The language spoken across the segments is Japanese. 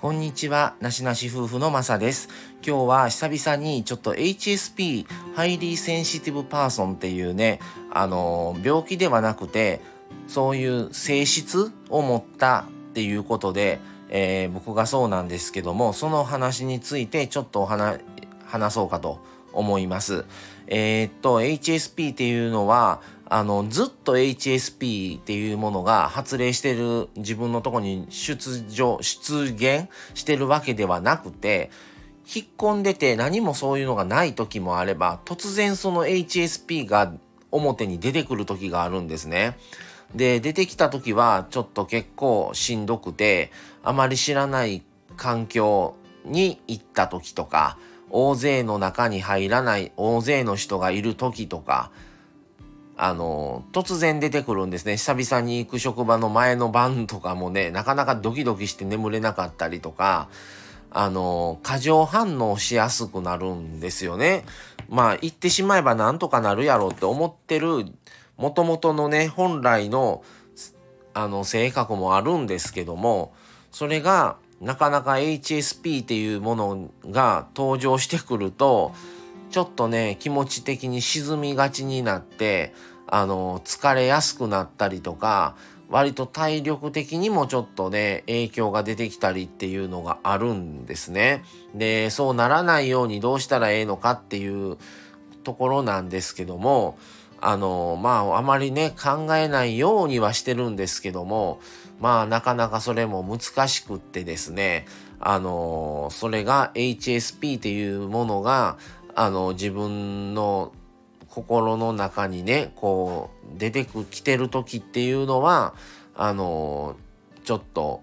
こんにちは、なしなし夫婦のまさです。今日は久々にちょっと HSP、ハイリーセンシティブパーソンっていうね、病気ではなくて、そういう性質を持ったっていうことで、僕がそうなんですけども、その話についてちょっと話そうかと思います。HSP っていうのは、ずっと HSP っていうものが発令してる自分のとこに出現してるわけではなくて、引っ込んでて何もそういうのがない時もあれば、突然その HSP が表に出てくる時があるんですね。で、出てきた時はちょっと結構しんどくて、あまり知らない環境に行った時とか、大勢の中に入らない大勢の人がいる時とか、突然出てくるんですね。久々に行く職場の前の晩とかもね、なかなかドキドキして眠れなかったりとか、過剰反応しやすくなるんですよね。まあ、言ってしまえばなんとかなるやろうって思ってる、元々のね、本来の、性格もあるんですけども、それが、なかなか HSP っていうものが登場してくると、ちょっとね、気持ち的に沈みがちになって、疲れやすくなったりとか、割と体力的にもちょっとね、影響が出てきたりっていうのがあるんですね。で、そうならないようにどうしたらええのかっていうところなんですけども、あまりね、考えないようにはしてるんですけども、まあ、なかなかそれも難しくってですね、それが HSP っていうものが、自分の心の中にね、こう、きてる時っていうのは、ちょっと、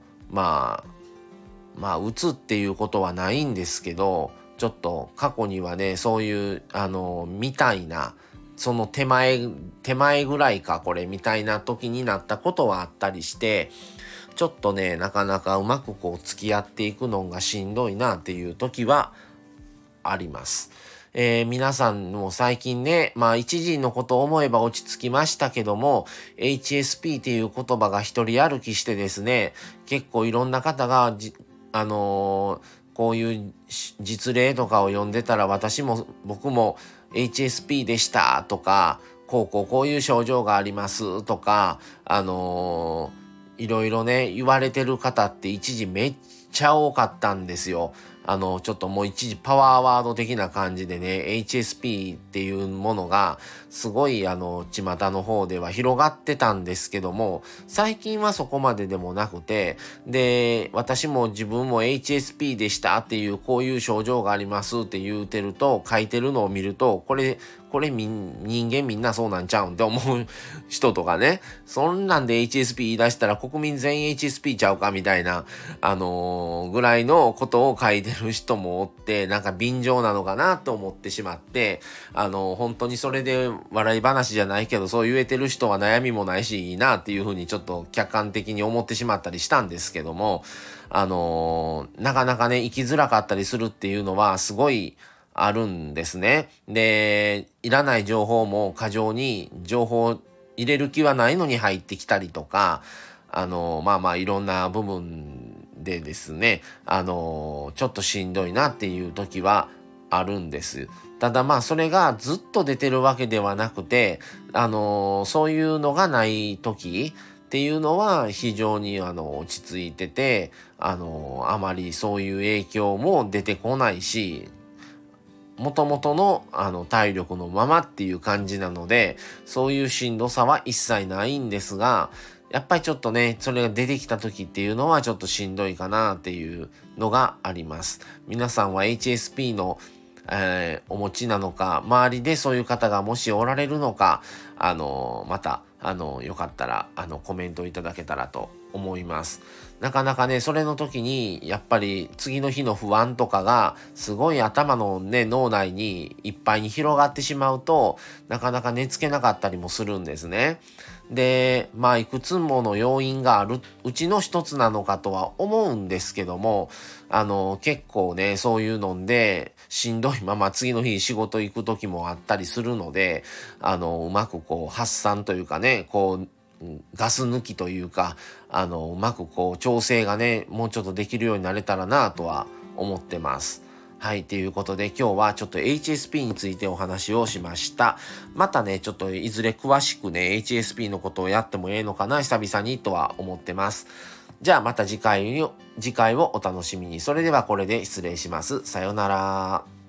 うつっていうことはないんですけど、ちょっと過去にはね、そういう、みたいな、その手前ぐらいか、これ、みたいな時になったことはあったりして、ちょっとね、なかなかうまくこう、付き合っていくのがしんどいなっていう時はあります。皆さんも最近ね、一時のことを思えば落ち着きましたけども、HSP っていう言葉が一人歩きしてですね、結構いろんな方がこういう実例とかを読んでたら僕も HSP でしたとか、こういう症状がありますとか、いろいろね、言われてる方って一時めっちゃ多かったんですよ。ちょっともう一時パワーワード的な感じでね、HSP っていうものが、すごい巷の方では広がってたんですけども、最近はそこまででもなくて、で、私も自分も HSP でしたっていう、こういう症状がありますって言うてると、書いてるのを見ると、人間みんなそうなんちゃうんって思う人とかね、そんなんで HSP 言い出したら国民全員 HSP ちゃうかみたいな、ぐらいのことを書いてる人もおって、なんか便乗なのかなと思ってしまって、本当にそれで笑い話じゃないけど、そう言えてる人は悩みもないしいいなっていうふうにちょっと客観的に思ってしまったりしたんですけども、なかなかね、生きづらかったりするっていうのはすごいあるんですね。で、いらない情報も過剰に情報を入れる気はないのに入ってきたりとか、いろんな部分でですね、ちょっとしんどいなっていう時はあるんです。ただそれがずっと出てるわけではなくて、そういうのがない時っていうのは非常に落ち着いてて、あまりそういう影響も出てこないし、元々の体力のままっていう感じなので、そういうしんどさは一切ないんですが、やっぱりちょっとね、それが出てきた時っていうのはちょっとしんどいかなっていうのがあります。皆さんは HSP の、お持ちなのか、周りでそういう方がもしおられるのか、また、よかったら、コメントいただけたらと思います。なかなかね、それの時に、やっぱり次の日の不安とかが、すごい頭のね、脳内にいっぱいに広がってしまうと、なかなか寝つけなかったりもするんですね。で、いくつもの要因があるうちの一つなのかとは思うんですけども、結構ね、そういうので、しんどいまま次の日仕事行く時もあったりするので、うまくこう発散というかね、こう、 ガス抜きというか、うまくこう調整がね、もうちょっとできるようになれたらなとは思ってます。はい。ということで今日はちょっと HSP についてお話をしました。またね、ちょっといずれ詳しくね、HSP のことをやってもええのかな、久々にとは思ってます。じゃあまた次回をお楽しみに。それではこれで失礼します。さようなら。